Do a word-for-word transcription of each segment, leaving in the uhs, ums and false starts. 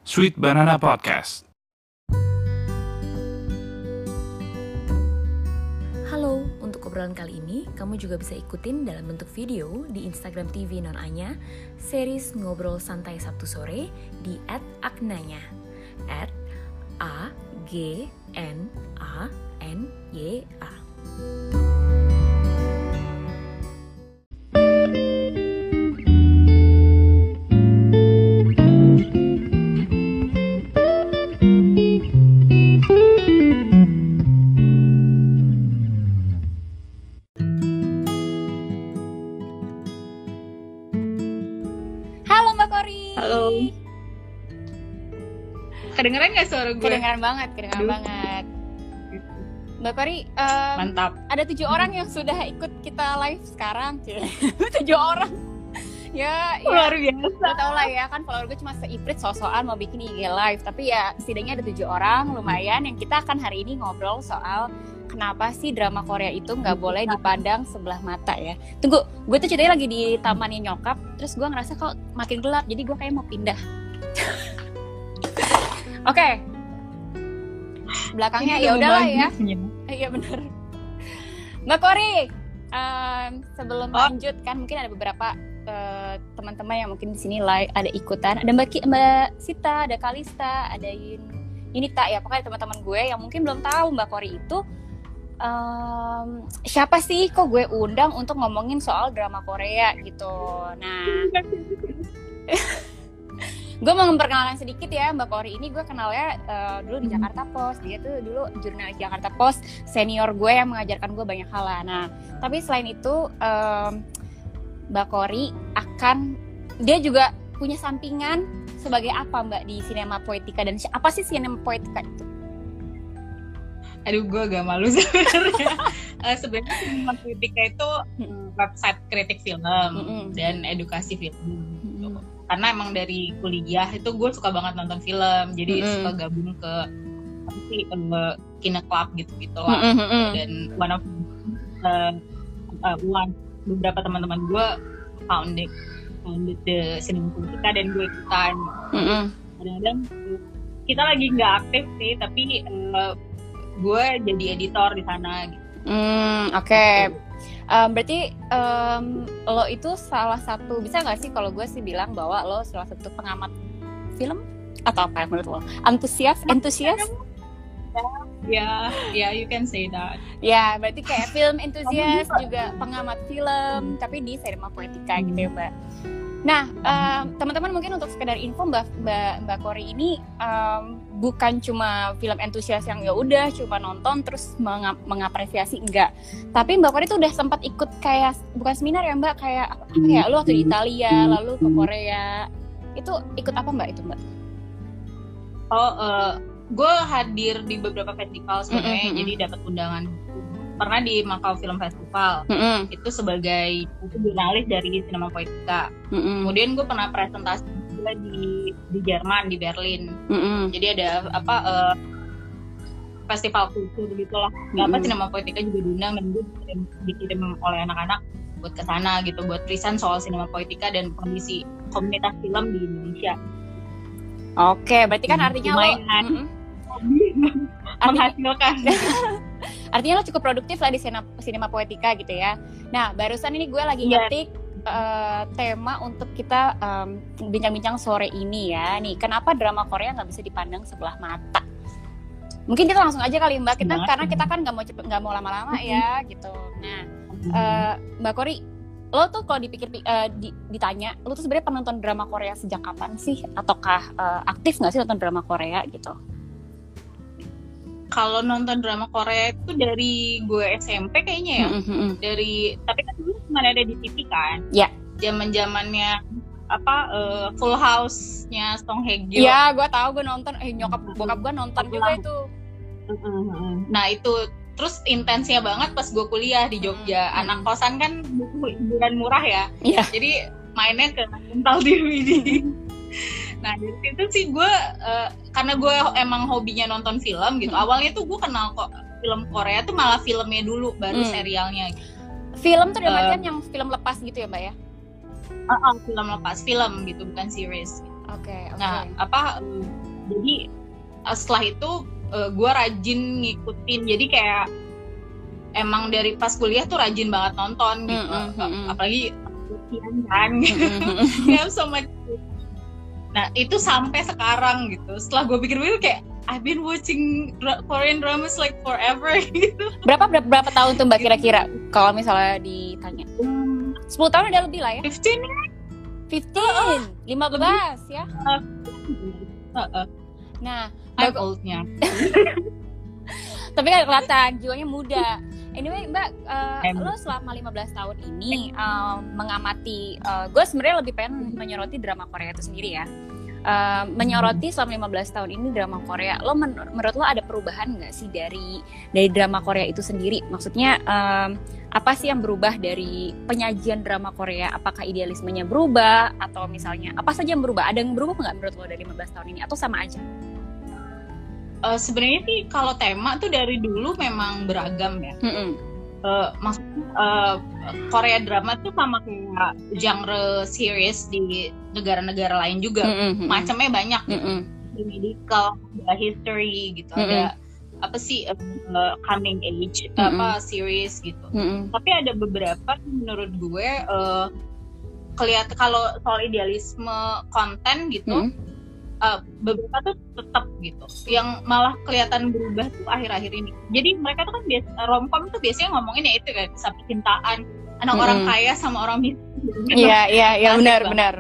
Sweet Banana Podcast. Halo, untuk obrolan kali ini, kamu juga bisa ikutin dalam bentuk video di Instagram T V Non Anya, series Ngobrol Santai Sabtu Sore di at aknanya, at A G N A N Y A. Halo Mbak Kori. Halo. Kedengeran gak suara gue? Kedengaran banget, kedengaran Aduh. banget. Mbak Kori, um, Mantap. ada tujuh orang yang sudah ikut kita live sekarang. Tujuh orang. Ya, ya. Luar biasa. Lo tau lah ya, kan follower gue cuma seiprit so-soan mau bikin I G live. Tapi ya setidaknya ada tujuh orang, lumayan. Yang kita akan hari ini ngobrol soal kenapa sih drama Korea itu gak boleh dipandang sebelah mata ya. Tunggu, gue tuh ceritanya lagi di tamannya nyokap. Terus gue ngerasa kok makin gelap, jadi gue kayak mau pindah. Oke, okay. Belakangnya ya udahlah ya. Iya benar. Mbak Kori, um, sebelum Oh. lanjut kan mungkin ada beberapa uh, teman-teman yang mungkin di sini live ada ikutan. Ada Mbak Ki, Mbak Sita, ada Kalista, ada Yun, Yunita ya. Pokoknya teman-teman gue yang mungkin belum tahu Mbak Kori itu um, siapa sih kok gue undang untuk ngomongin soal drama Korea gitu. Nah. Gue mau memperkenalkan sedikit ya, Mbak Kori ini gue kenalnya uh, dulu di Jakarta Post. Dia tuh dulu jurnalis Jakarta Post, senior gue yang mengajarkan gue banyak hal lah. Nah, tapi selain itu um, Mbak Kori akan, dia juga punya sampingan sebagai apa Mbak di Cinema Poetica, dan apa sih Cinema Poetica itu? Aduh, gue agak malu sebenarnya. uh, sebenarnya Cinema Poetica itu Mm-mm. website kritik film Mm-mm. dan edukasi film. Mm-mm. Karena emang dari kuliah itu gue suka banget nonton film, jadi Mm-mm. suka gabung ke apa sih, uh, Kine Club gitu-gitu lah. Mm-mm. Dan one of uh, uh, one beberapa teman-teman gue founded founded the Cinema Poetica dan gue ikutan. Mm-mm. Kadang-kadang kita lagi nggak aktif sih, tapi uh, gue jadi editor di sana gitu. Hmm, oke. Okay. Um, berarti um, lo itu salah satu, bisa nggak sih kalau gue sih bilang bahwa lo salah satu pengamat film atau apa menurut lo? Antusias, entusias? Ya, ya, you can say that. Ya, berarti kayak film entusias juga pengamat film, tapi di Cinema Poetica gitu ya Mbak. Nah, um, teman-teman mungkin untuk sekedar info Mbak Mbak Mbak Kori ini um, bukan cuma film entusias yang ya udah cuma nonton terus mengap- mengapresiasi, enggak. Tapi Mbak Kori tuh udah sempat ikut kayak bukan seminar ya Mbak, kayak apa ya? Lu waktu di Italia lalu ke Korea. Itu ikut apa Mbak itu Mbak? Oh, uh, gue hadir di beberapa festival sebenarnya, Mm-mm. jadi dapat undangan. Pernah di Macau Film Festival, Mm-mm. itu sebagai itu jurnalis dari Cinema Poetica. Mm-mm. Kemudian gue pernah presentasi juga di di Jerman, di Berlin. Mm-mm. Jadi ada apa uh, festival kultur gitulah. Nggak apa Mm-mm. Cinema Poetica juga diundang, dan gue dikirim, dikirim oleh anak-anak buat ke sana gitu, buat present soal Cinema Poetica dan kondisi komunitas film di Indonesia. Oke, berarti kan artinya lo Lumayan. Mm-mm. Arti- Menghasilkan. Artinya lo cukup produktif lah di Cinema, Cinema Poetica gitu ya. Nah, barusan ini gue lagi Iya. ngetik uh, tema untuk kita um, bincang-bincang sore ini ya. Nih, kenapa drama Korea nggak bisa dipandang sebelah mata? Mungkin kita langsung aja kali Mbak, kita Sebelah. karena kita kan nggak mau cepet, nggak mau lama-lama ya gitu. Nah, uh, Mbak Kori, lo tuh kalau dipikir uh, di, ditanya, lo tuh sebenarnya penonton drama Korea sejak kapan sih? Ataukah uh, aktif nggak sih nonton drama Korea gitu? Kalau nonton drama Korea itu dari gue S M P kayaknya ya. Mm-mm. Dari tapi kan dulu cuma ada di T V kan. Ya. Zaman-zamannya apa uh, Full House-nya Song Hye Kyo. Iya, gue tahu, gue nonton, eh nyokap bokap gue nonton juga itu. Nah itu terus intensnya banget pas gue kuliah di Jogja. Hmm. Anak kosan kan buku hiburan murah ya. Iya. Jadi mainnya ke rental D V D. Nah dari situ sih gue uh, karena gue emang hobinya nonton film gitu. Hmm. Awalnya tuh gue kenal kok film Korea tuh malah filmnya dulu, baru Hmm. serialnya. Gitu. Film tuh dalam Uh, artian yang film lepas gitu ya Mbak ya? Uh, uh, film lepas, film gitu, bukan series. Gitu. Oke, oke. Nah, apa um, jadi uh, setelah itu uh, gue rajin ngikutin. Jadi kayak emang dari pas kuliah tuh rajin banget nonton gitu. Mm, mm, mm. Apalagi kan Mm-hmm. ya so much. Nah itu sampai sekarang gitu. Setelah gue pikir-pikir kayak I've been watching dra- Korean dramas like forever gitu. Berapa berapa, berapa tahun tuh Mbak kira-kira kalau misalnya ditanya? Hmm, sepuluh tahun udah lebih lah ya? fifteen fifteen, lima belas ya. Uh, uh, Nah, I'm Mbak, oldnya. tapi kan kelihatan jiwanya muda. Anyway, Mbak, uh, Em. lo selama lima belas tahun ini um, mengamati, uh, gue sebenarnya lebih pengen menyoroti drama Korea itu sendiri ya. Uh, menyoroti selama lima belas tahun ini drama Korea. Lo men- menurut lo ada perubahan nggak sih dari dari drama Korea itu sendiri? Maksudnya um, apa sih yang berubah dari penyajian drama Korea? Apakah idealismenya berubah atau misalnya apa saja yang berubah? Ada yang berubah nggak menurut lo dari lima belas tahun ini atau sama aja? Uh, sebenarnya sih kalau tema tuh dari dulu memang beragam ya. Mm-mm. Uh, maksudnya uh, Korea drama tuh sama kayak genre series di negara-negara lain juga. Mm-mm. Macamnya banyak gitu. Mm-mm. Ada medical, ada history gitu, Mm-mm. ada apa sih uh, coming age, Mm-mm. apa series gitu. Mm-mm. Tapi ada beberapa yang menurut gue uh, kelihatan kalau soal idealisme konten gitu. Mm-mm. Uh, beberapa tuh tetap gitu, yang malah kelihatan berubah tuh akhir-akhir ini. Jadi mereka tuh kan biasa romcom tuh biasanya ngomongin ya itu kan kisah percintaan anak Mm-mm. orang kaya sama orang miskin. Iya, iya, iya, Asik benar, banget. benar.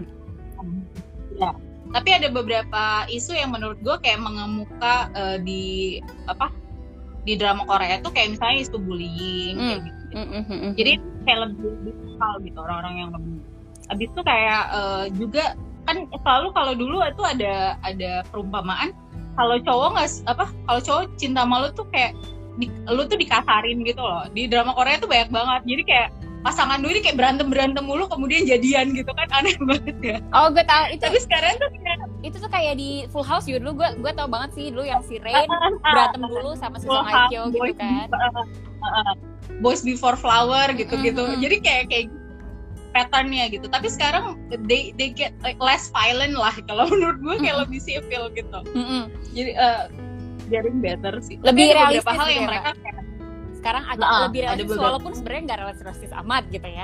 Ya. Tapi ada beberapa isu yang menurut gue kayak mengemuka uh, di apa di drama Korea tuh kayak misalnya isu bullying Mm. kayak gitu. Mm-mm. Jadi kayak lebih visual gitu orang-orang yang lebih. Abis itu kayak uh, juga kan selalu kalau dulu itu ada ada perumpamaan kalau cowok nggak apa kalau cowok cinta sama lu tuh kayak di, lu tuh dikasarin gitu loh. Di drama Korea tuh banyak banget, jadi kayak pasangan dulu ini kayak berantem berantem mulu kemudian jadian gitu kan, aneh banget ya. Oh, gue tahu itu. Tapi sekarang tuh kayak Itu tuh kayak di Full House juga dulu, gue gue tau banget sih dulu yang si Rain berantem dulu sama si Song Hye Kyo gitu kan. uh, uh, Boys Before Flower gitu-gitu. Mm-hmm. Jadi kayak kayak patternnya gitu. Tapi sekarang they they get like less violent lah kalau menurut gue, kayak Mm-hmm. lebih civil gitu. Mm-hmm. Jadi uh, getting better sih. Lebih Tapi ada realistis beberapa hal gitu yang ya, mereka Mbak? kayak Sekarang agak Nah, lebih ada realistis beberapa. walaupun sebenarnya nggak realistis amat gitu ya.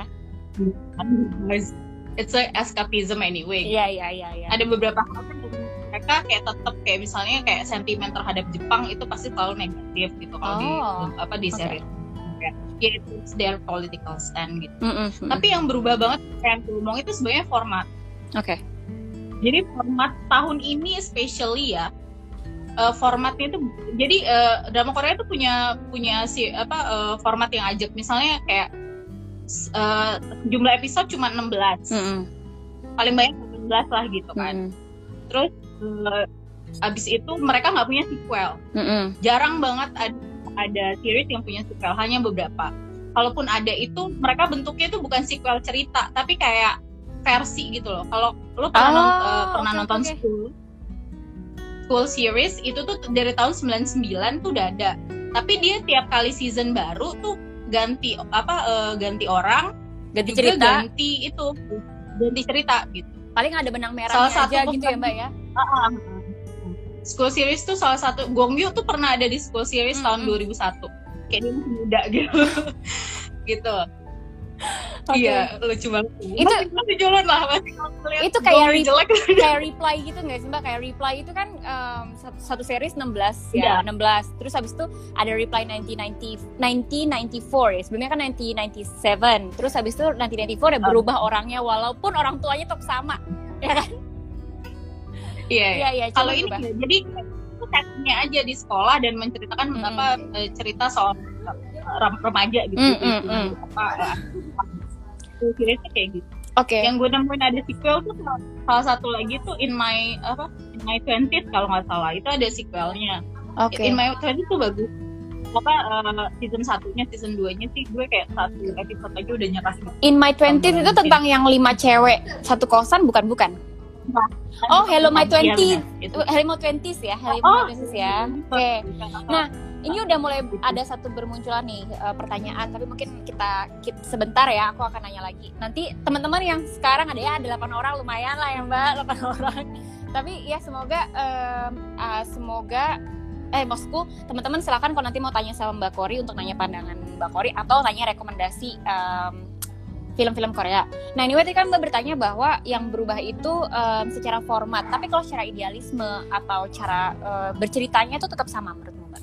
it's like escapism anyway. Iya, iya, iya, iya. Ada beberapa hal kan yang mereka kayak tetap kayak misalnya kayak sentimen terhadap Jepang itu pasti selalu negatif gitu kalau di Oh, apa di oke. series. Kayak, ya it's their political stand gitu. Mm-mm. Tapi yang berubah banget kayak yang ngomong itu sebenarnya format. Oke. Jadi format tahun ini especially ya, uh, formatnya itu jadi uh, drama Korea itu punya punya si apa uh, format yang ajak, misalnya kayak uh, jumlah episode cuma enam belas, Mm-mm. paling banyak delapan belas lah gitu kan. Mm-mm. Terus uh, abis itu mereka nggak punya sequel, Mm-mm. jarang banget ada ada series yang punya sequel, hanya beberapa. Kalaupun ada itu mereka bentuknya itu bukan sequel cerita, tapi kayak versi gitu loh. Kalau lo pernah, Oh, nont- uh, pernah oke, nonton oke. School School series itu tuh dari tahun sembilan puluh sembilan tuh udah ada. Tapi dia tiap kali season baru tuh ganti apa uh, ganti orang, Ganti juga cerita. ganti itu ganti cerita gitu. Paling ada benang Salah merahnya satu aja gitu ya, pembantu- Mbak ya. Ah, School series tuh salah satu, Gong Yoo tuh pernah ada di School series Mm-mm. tahun dua ribu satu. Kayak dia masih muda gitu. gitu. Oke. Iya, lucu banget. Itu- masih, masih jalan lah, masih kalau ngeliat Itu kayak Gong Yoo re- jelek. Kayak Reply gitu nggak sih Mbak? Kayak Reply itu kan um, satu, satu series enam belas ya, Iya. enam belas. Terus habis itu ada Reply nineteen ninety, nineteen ninety-four ya. Sebelumnya kan nineteen ninety-seven. Terus habis itu nineteen ninety-four ya berubah orangnya walaupun orang tuanya tetap sama. Ya kan? Iya, Iya, iya. kalau cuma ini berubah. ya, jadi itu settingnya aja di sekolah dan menceritakan Mm-mm. apa eh, cerita soal rem- remaja gitu. Mm-mm. Apa eh, School seriesnya kayak gitu. Oke. Yang gue nemuin ada sequel tuh salah- salah satu lagi tuh in my apa in my twenties kalau nggak salah, itu ada sequelnya. Oke. In my twenties tuh bagus. Apa uh, season satunya, season duanya sih gue kayak satu episode aja udah nyerah gitu. In My twenties itu tentang yang lima cewek satu kosan bukan bukan? Oh, Hello My Iya, twenties. benar. Itu. Hello My twenties ya, Hello Oh. My twenties ya. Oke. Nah, ini udah mulai ada satu bermunculan nih uh, pertanyaan, tapi mungkin kita, kita sebentar ya, aku akan nanya lagi. Nanti teman-teman yang sekarang ada ya, ada delapan orang, lumayan lah ya Mbak, delapan orang. Tapi ya semoga um, uh, semoga eh maksudku teman-teman silakan kalau nanti mau tanya sama Mbak Kori untuk nanya pandangan Mbak Kori atau tanya rekomendasi um, film-film Korea. Nah, anyway tadi kan Mbak bertanya bahwa yang berubah itu um, secara format, tapi kalau secara idealisme atau cara uh, berceritanya itu tetap sama menurut Mbak?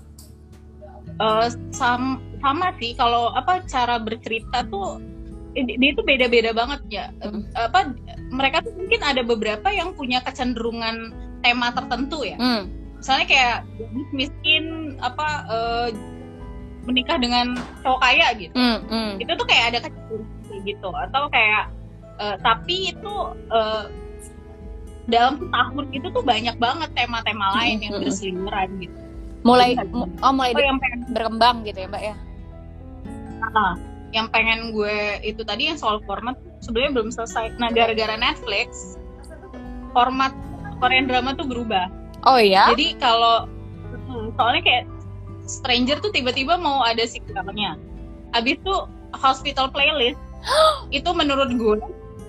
Uh, sam- sama sih, kalau apa cara bercerita tuh dia itu beda-beda banget ya. Mm. Apa mereka tuh mungkin ada beberapa yang punya kecenderungan tema tertentu ya. Mm. Misalnya kayak miskin apa uh, menikah dengan cowok kaya gitu. Mm, mm. Itu tuh kayak ada kecenderungan gitu, atau kayak uh, tapi itu uh, dalam setahun itu tuh banyak banget tema-tema lain mm, yang mm. berseliweran gitu. Mulai oh mulai oh, yang pengen berkembang gitu ya, Mbak ya. Nah, yang pengen gue itu tadi yang soal format sebenarnya belum selesai. Nah, gara-gara Netflix format Korean drama tuh berubah. Oh iya? Jadi kalau hmm, soalnya kayak Stranger tuh tiba-tiba mau ada sequelnya. Abis itu Hospital Playlist itu menurut gue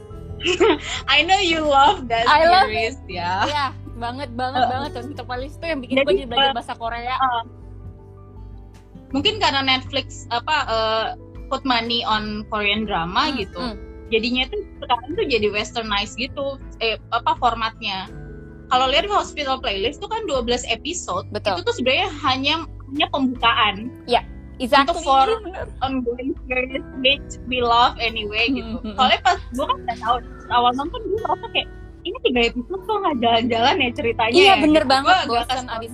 I know you love that I series love ya. Iya, banget banget uh, banget Hospital Playlist tuh yang bikin gue jadi belajar bahasa Korea. Uh, mungkin karena Netflix apa uh, put money on Korean drama hmm, gitu. Hmm. Jadinya tuh sekarang tuh jadi westernized gitu eh apa formatnya. Kalau lihat Hospital Playlist itu kan dua belas episode. Betul. Itu tuh sebenarnya hanya hanya pembukaan. Ya, exactly. Untuk for ongoing series which we love anyway gitu. Mm-hmm. Soalnya pas gue kan udah tahu awal nonton gue merasa kayak ini tiga episode kok nggak jalan-jalan ya ceritanya. Iya ya, bener gitu. banget. Bosan abis.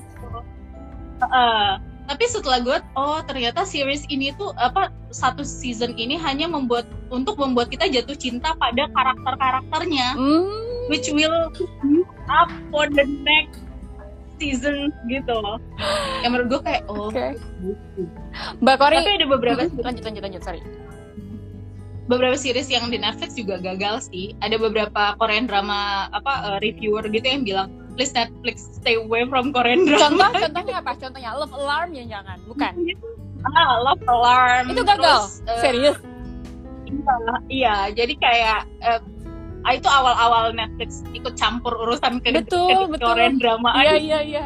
Uh, tapi setelah gue, oh ternyata series ini tuh apa satu season ini hanya membuat untuk membuat kita jatuh cinta pada karakter-karakternya. Mm. Which will up for the next season gitu loh. Yang menurut gue kayak oh okay. Mbak Kori. Tapi ada beberapa lanjut lanjut lanjut sorry. Beberapa series yang di Netflix juga gagal sih. Ada beberapa Korean drama apa uh, reviewer gitu yang bilang please Netflix stay away from Korean drama. Contoh contohnya apa? Contohnya Love Alarm ya jangan. Bukan. Ah, Love Alarm. Itu gagal. Terus, uh, serius? Iya, iya. Jadi kayak uh, itu awal-awal Netflix ikut campur urusan ke, betul, ke betul. Korean drama. Iya, iya, iya.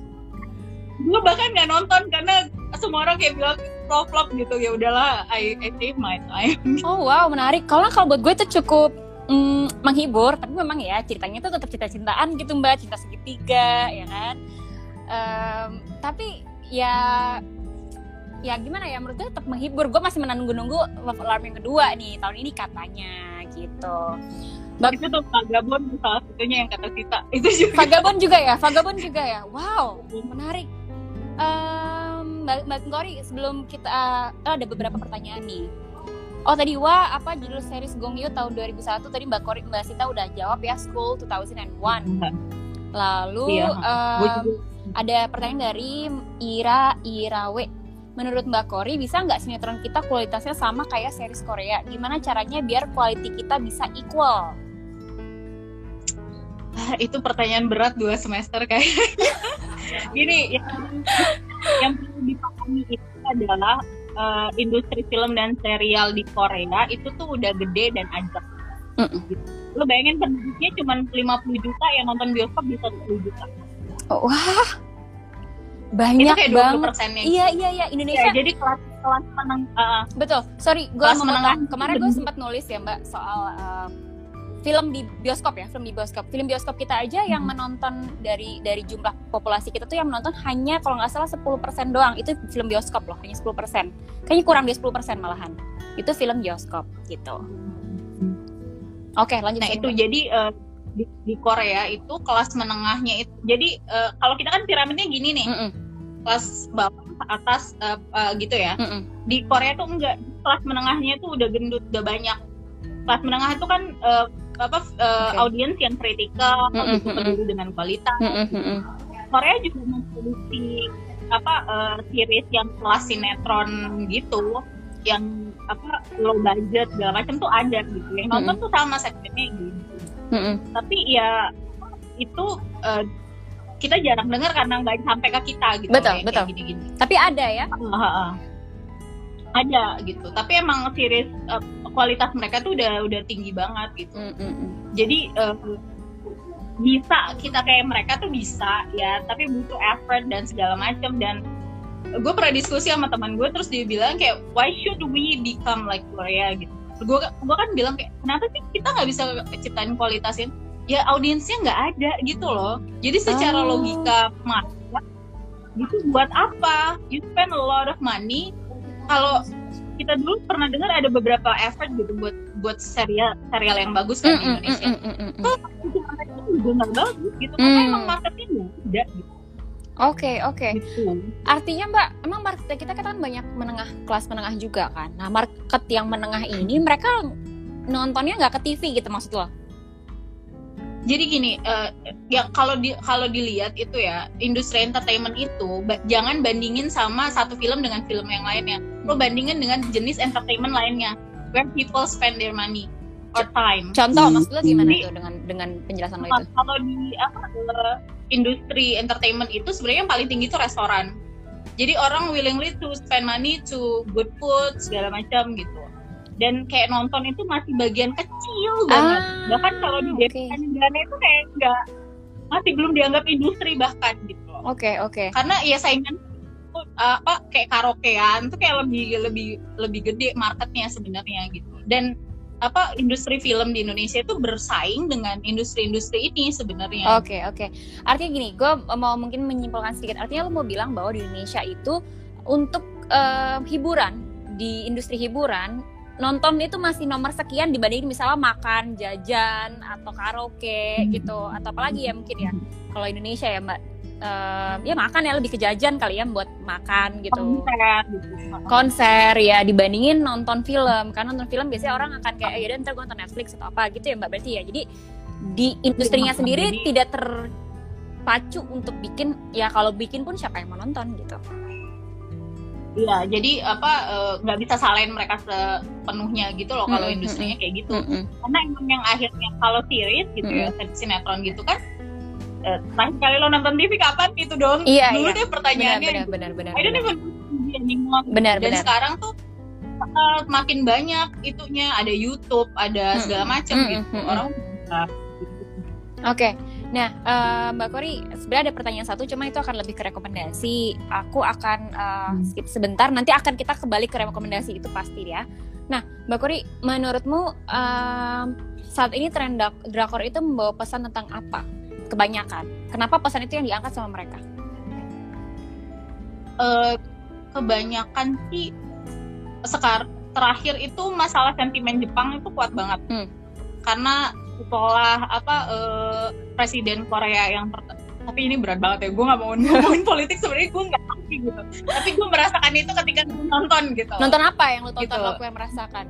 Gue bahkan nggak nonton karena semua orang kayak bilang flop-flop gitu. Ya udahlah, I, I save my time. Oh wow, menarik. Kalau kalau buat gue itu cukup mm, menghibur, tapi memang ya ceritanya tuh tetap cinta-cintaan gitu Mbak, cinta segitiga, ya kan. Um, tapi ya ya gimana ya, menurut gue tetap menghibur. Gue masih menunggu-nunggu Love Alarm yang kedua nih tahun ini katanya gitu. Mbak itu tuh Vagabond salah satunya yang kata Sita itu juga. Vagabond juga ya, Vagabond juga ya. Wow, menarik. Um, Mbak, Mbak Kori, sebelum kita uh, ada beberapa pertanyaan nih. Oh tadi wah apa judul series Gongyu tahun dua ribu satu tadi Mbak Kori Mbak Sita udah jawab ya, School two thousand one. Lalu iya, um, ada pertanyaan dari Ira Irawe. Menurut Mbak Kori, bisa nggak sinetron kita kualitasnya sama kayak series Korea? Gimana caranya biar quality kita bisa equal? Itu pertanyaan berat dua semester kayaknya. Gini, yang, yang perlu dipahami itu adalah uh, industri film dan serial di Korea itu tuh udah gede dan ajak. Mm-mm. Lo bayangin penduduknya cuma lima puluh juta, yang nonton bioskop bisa sepuluh juta. Oh, wah. Banyak itu banget. Iya iya iya Indonesia. Ya, jadi kelas kelas menang. Uh, Betul. Sorry, gue mau ngomong. Kemarin gue sempat nulis ya Mbak soal um, film di bioskop ya, film di bioskop. Film bioskop kita aja hmm. yang menonton dari dari jumlah populasi kita tuh yang menonton hanya kalau nggak salah sepuluh persen doang. Itu film bioskop loh, hanya sepuluh persen. Kayaknya kurang dari sepuluh persen malahan. Itu film bioskop gitu. Oke, lanjut. Nah, itu Mbak. Jadi uh, di, di Korea itu kelas menengahnya itu. Jadi uh, kalau kita kan piramidnya gini nih. Mm-mm. Kelas bawah atas uh, uh, gitu ya. Mm-mm. Di Korea tuh enggak, kelas menengahnya tuh udah gendut, udah banyak. Kelas menengah itu kan uh, apa uh, okay. audiens yang kritikal, mm-hmm. gitu, peduli dengan kualitas. Mm-hmm. Korea juga memproduksi apa uh, series yang kelas sinetron gitu, yang apa low budget segala macam tuh ada gitu. Yang nonton mm-hmm. tuh sama segmennya gitu. Mm-hmm. Tapi ya itu uh, kita jarang dengar karena nggak sampai ke kita gitu. Betul, kayak, betul. Kayak gini-gini. Tapi ada ya? Uh-huh. Ada gitu. Tapi emang series uh, kualitas mereka tuh udah udah tinggi banget gitu. Mm-hmm. Jadi uh, bisa kita kayak mereka tuh bisa ya, tapi butuh effort dan segala macam. Dan gue pernah diskusi sama teman gue, terus dia bilang kayak why should we become like Korea gitu. Gue gue kan bilang kayak kenapa sih kita nggak bisa ciptain kualitasin? Ya audiensnya nggak ada gitu loh. Jadi secara oh. logika market gitu buat apa? You spend a lot of money. Kalau kita dulu pernah dengar ada beberapa effort gitu buat buat serial serial yang bagus kan di Indonesia. Tuh marketnya juga nggak bagus gitu, karena mm. emang marketnya nggak ada gitu. Oke okay, oke. Okay. Gitu. Artinya Mbak, emang market kita kan banyak menengah, kelas menengah juga kan. Nah market yang menengah ini mereka nontonnya nggak ke T V gitu maksud lo? Jadi gini, uh, ya kalau di kalau dilihat itu ya industri entertainment itu ba- jangan bandingin sama satu film dengan film yang lainnya. Lo bandingin dengan jenis entertainment lainnya, where people spend their money or time. Contoh, maksud lo gimana tuh dengan dengan penjelasan lo itu? Kalau di apa uh, industri entertainment itu sebenarnya yang paling tinggi itu restoran. Jadi orang willingly to spend money to good food segala macam gitu. Dan kayak nonton itu masih bagian kecil banget. Ah, bahkan kalau di okay. negara itu kayak enggak, masih belum dianggap industri bahkan gitu. Oke okay, oke. Okay. Karena ya saingan uh, apa kayak karaokean tuh kayak lebih lebih lebih gede marketnya sebenarnya gitu. Dan apa industri film di Indonesia itu bersaing dengan industri-industri ini sebenarnya. Oke okay, oke. Okay. Artinya gini, gue mau mungkin menyimpulkan sedikit. Artinya lo mau bilang bahwa di Indonesia itu untuk uh, hiburan, di industri hiburan nonton itu masih nomor sekian dibanding misalnya makan, jajan atau karaoke gitu, atau apalagi ya mungkin ya kalau Indonesia ya Mbak, uh, ya makan ya lebih ke jajan kali ya buat makan gitu, konser, gitu. konser ya dibandingin nonton film. Karena nonton film biasanya orang akan kayak ya ntar gue nonton Netflix atau apa gitu ya Mbak, berarti ya. Jadi di industrinya sendiri jadi tidak terpacu untuk bikin, ya kalau bikin pun siapa yang mau nonton gitu. Iya, jadi apa nggak uh, bisa salahin mereka sepenuhnya gitu loh kalau mm-hmm. industrinya kayak gitu. Mm-hmm. Karena emang yang akhirnya kalau series gitu mm-hmm. ya, sinetron gitu kan, uh, terakhir kali lo nonton T V kapan gitu dong? Iya, dulu iya. deh pertanyaannya. Benar, benar, benar. I don't even benar, Dan benar. sekarang tuh uh, makin banyak itunya, ada YouTube, ada segala macam mm-hmm. gitu. Mm-hmm. Orang uh, Oke, okay. Nah uh, Mbak Kori, sebenarnya ada pertanyaan satu, cuma itu akan lebih ke rekomendasi. Aku akan uh, skip sebentar, nanti akan kita kembali ke rekomendasi itu pasti ya. Nah Mbak Kori, menurutmu uh, saat ini tren drakor itu membawa pesan tentang apa? Kebanyakan, kenapa pesan itu yang diangkat sama mereka? Uh, kebanyakan sih sekarang terakhir itu masalah sentimen Jepang itu kuat banget. Hmm. Karena setelah apa uh, presiden Korea yang per- tapi ini berat banget ya, gue nggak mau ngomongin politik, sebenarnya gue nggak ngerti gitu, tapi gue merasakan itu ketika nonton gitu. Nonton apa yang lo tonton gitu. Lo yang merasakan?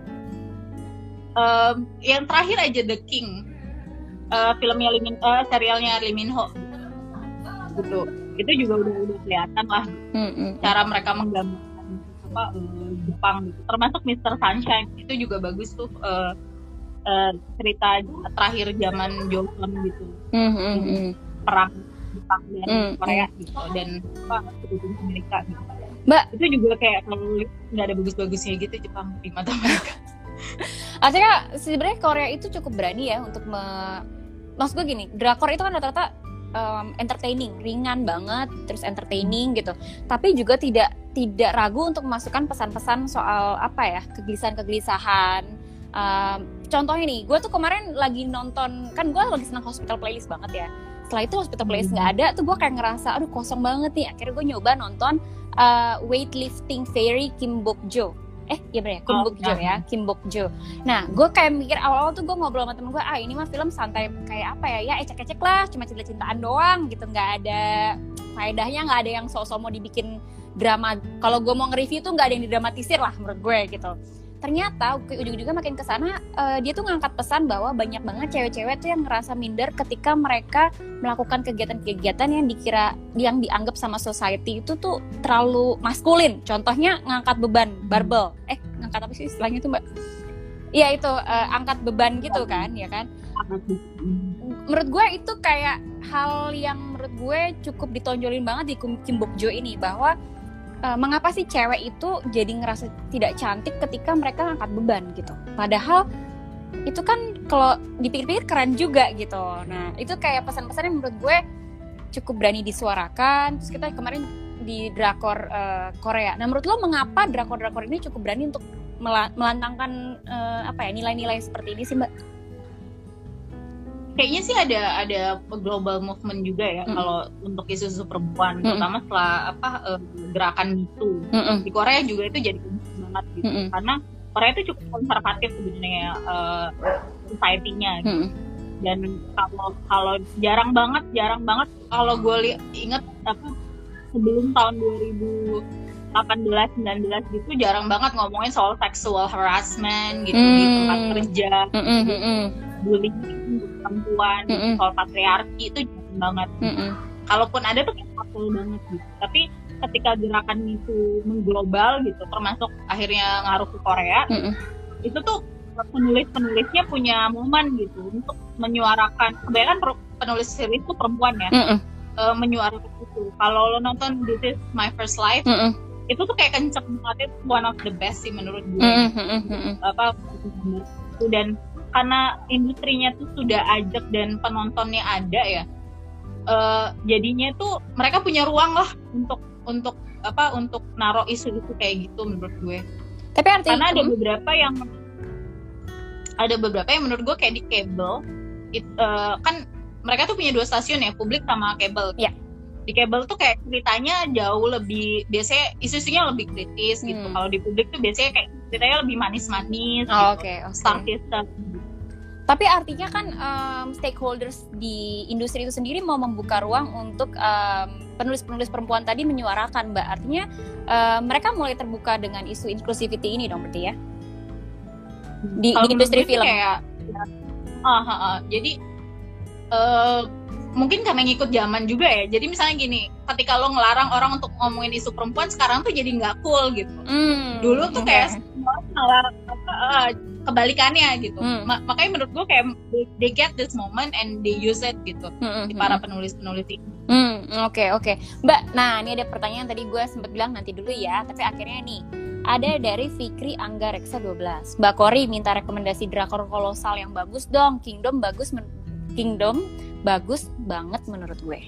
Um, yang terakhir aja The King, uh, filmnya Lee uh, serialnya Lee Min Ho gitu. Itu juga udah udah kelihatan lah mm-hmm. cara mereka menggambarkan apa uh, Jepang gitu. Termasuk mister Sunshine itu juga bagus tuh. Uh, Uh, cerita terakhir zaman Joseon gitu, mm-hmm. perang Jepang dan mm-hmm. Korea gitu, dan apa pendukung Amerika gitu. Mbak, itu juga kayak kalau nggak ada bagus-bagusnya gitu Jepang di mata mereka. Artinya sebenarnya Korea itu cukup berani ya untuk me... maksud gue gini, drakor itu kan rata-rata um, entertaining, ringan banget, terus entertaining gitu. Tapi juga tidak tidak ragu untuk memasukkan pesan-pesan soal apa ya, kegelisahan-kegelisahan. Um, contohnya nih, gue tuh kemarin lagi nonton, kan gue lagi senang Hospital Playlist banget ya. Setelah itu Hospital Playlist nggak ada, tuh gue kayak ngerasa, aduh kosong banget nih. Akhirnya gue nyoba nonton uh, Weightlifting Fairy Kim Bok Jo. Eh, iya bener ya, Kim Bok Jo ya, Kim Bok Jo. Nah, gue kayak mikir awal-awal tuh gue ngobrol sama temen gue, ah ini mah film santai kayak apa ya, ya ecek-ecek lah, cuma cinta-cintaan doang gitu, nggak ada faedahnya, nggak ada yang sok-sok mau dibikin drama. Kalau gue mau nge-review tuh nggak ada yang didramatisir lah menurut gue gitu. Ternyata ujung-ujungnya makin kesana uh, dia tuh ngangkat pesan bahwa banyak banget cewek-cewek tuh yang ngerasa minder ketika mereka melakukan kegiatan-kegiatan yang dikira yang dianggap sama society itu tuh terlalu maskulin. Contohnya ngangkat beban barbel, eh ngangkat apa sih istilahnya tuh Mbak? Iya itu uh, angkat beban gitu kan, ya kan? Menurut gue itu kayak hal yang menurut gue cukup ditonjolin banget di Kim Bok Jo ini, bahwa Uh, mengapa sih cewek itu jadi ngerasa tidak cantik ketika mereka ngangkat beban gitu? Padahal itu kan kalau dipikir-pikir keren juga gitu. Nah itu kayak pesan-pesan yang menurut gue cukup berani disuarakan. Terus kita kemarin di drakor uh, Korea. Nah menurut lo mengapa drakor-drakor ini cukup berani untuk melantangkan uh, apa ya nilai-nilai seperti ini sih Mbak? Kayaknya sih ada ada global movement juga ya mm. kalau untuk isu-isu perempuan, mm. terutama setelah apa uh, gerakan itu mm. di Korea juga itu jadi banget gitu, mm. karena Korea itu cukup konservatif sebenarnya uh, society-nya gitu. Mm. Dan kalau kalau jarang banget jarang banget kalau gue li- inget apa sebelum tahun dua ribu delapan belas sembilan belas gitu jarang banget ngomongin soal sexual harassment gitu mm. di tempat kerja, mm-hmm. bullying perempuan, mm-hmm. soal patriarki itu jarang banget. Mm-hmm. Kalaupun ada tuh kayak faktual banget gitu. Tapi ketika gerakan itu mengglobal gitu, termasuk akhirnya ngaruh ke Korea, mm-hmm. itu tuh penulis-penulisnya punya momen gitu untuk menyuarakan. Kebanyakan penulis series itu perempuan ya, mm-hmm. uh, menyuarakan itu. Kalau lo nonton This Is My First Life, mm-hmm. itu tuh kayak kenceng banget, itu one of the best sih menurut gue. Mm-hmm. Apa itu dan karena industrinya tuh sudah ajak dan penontonnya ada ya, uh, jadinya tuh mereka punya ruang lah untuk untuk apa untuk naruh isu-isu kayak gitu menurut gue. Tapi artinya karena ada beberapa yang ada beberapa yang menurut gue kayak di kabel, it, uh, kan mereka tuh punya dua stasiun ya, publik sama kabel. Iya. Di kabel tuh kayak ceritanya jauh lebih biasanya isu-isunya lebih kritis gitu. Hmm. Kalau di publik tuh biasanya kayak ceritanya lebih manis-manis. Oh, gitu. Okay, okay. Star system. Tapi artinya kan um, stakeholders di industri itu sendiri mau membuka ruang untuk um, penulis-penulis perempuan tadi menyuarakan, Mbak. Artinya um, mereka mulai terbuka dengan isu inclusivity ini dong berarti ya? Di, di industri film. Kayak, ya, uh, uh, uh, jadi uh, mungkin karena ngikut zaman juga ya. Jadi misalnya gini, ketika lo ngelarang orang untuk ngomongin isu perempuan, sekarang tuh jadi nggak cool gitu. Mm, Dulu tuh okay. kayak semua malah uh, kebalikannya gitu. Hmm. Ma- makanya menurut gue kayak they get this moment and they use it gitu hmm, di para penulis-penulis ini. Hmm, oke okay, oke. Okay. Mbak, nah ini ada pertanyaan tadi gue sempat bilang nanti dulu ya, tapi akhirnya nih ada dari Fikri Angga Reksa dua belas. Mbak Kori minta rekomendasi drakor kolosal yang bagus dong. Kingdom bagus men- Kingdom bagus banget menurut gue.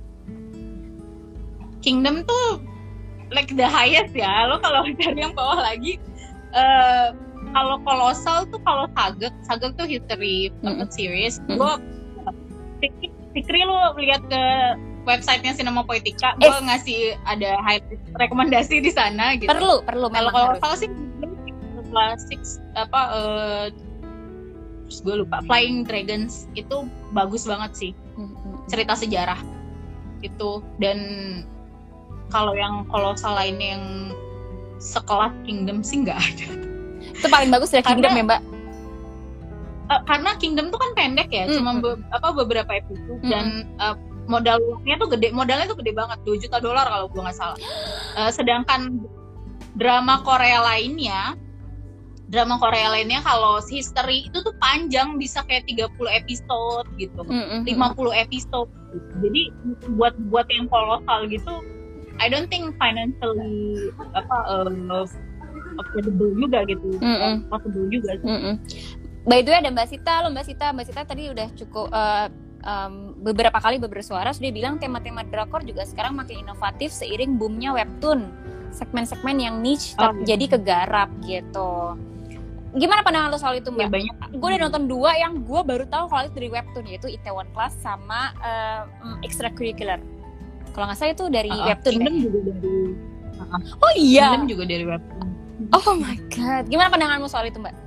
Kingdom tuh like the highest ya. Lo kalau cari yang bawah lagi uh, kalau kolosal tuh kalau Sagek, Sagek tuh history mm-hmm. series. Mm-hmm. Gue Fikri lo lihat ke websitenya Cinema Poetica, gue eh. ngasih ada highlight rekomendasi di sana gitu. Perlu, perlu. Kalau kolosal sih klasik apa? Uh, terus gue lupa. Flying Dragons itu bagus banget sih, mm-hmm. cerita sejarah itu. Dan kalau yang kolosal lainnya yang sekelas Kingdom sih nggak ada. Itu paling bagus dari Kingdom ya Mbak? Uh, karena Kingdom tuh kan pendek ya, mm. cuma be- apa beberapa episode mm. dan uh, modal uangnya tuh gede, modalnya tuh gede banget, dua juta dolar kalau gue nggak salah. Uh, sedangkan drama Korea lainnya, drama Korea lainnya kalau history itu tuh panjang, bisa kayak tiga puluh episode gitu, mm-hmm. lima puluh episode. Jadi buat buat yang kolosal gitu, I don't think financially apa uh, possible juga gitu, mm-hmm. possible juga sih. Mm-hmm. By the way ada Mbak Sita, lo Mbak Sita, Mbak Sita tadi udah cukup uh, um, beberapa kali bersuara sudah bilang tema-tema drakor juga sekarang makin inovatif seiring boomnya webtoon, segmen-segmen yang niche oh, iya. jadi kegarap gitu. Gimana pandangan lo soal itu Mbak? Ya, banyak. Gue udah nonton dua yang gue baru tahu kalau itu dari webtoon, yaitu Itaewon Class sama uh, Extracurricular. Kalau nggak salah itu dari uh, webtoon. Kingdom juga dari. Uh, oh iya. Kingdom juga dari webtoon. Oh my god, gimana pandanganmu soal itu Mbak?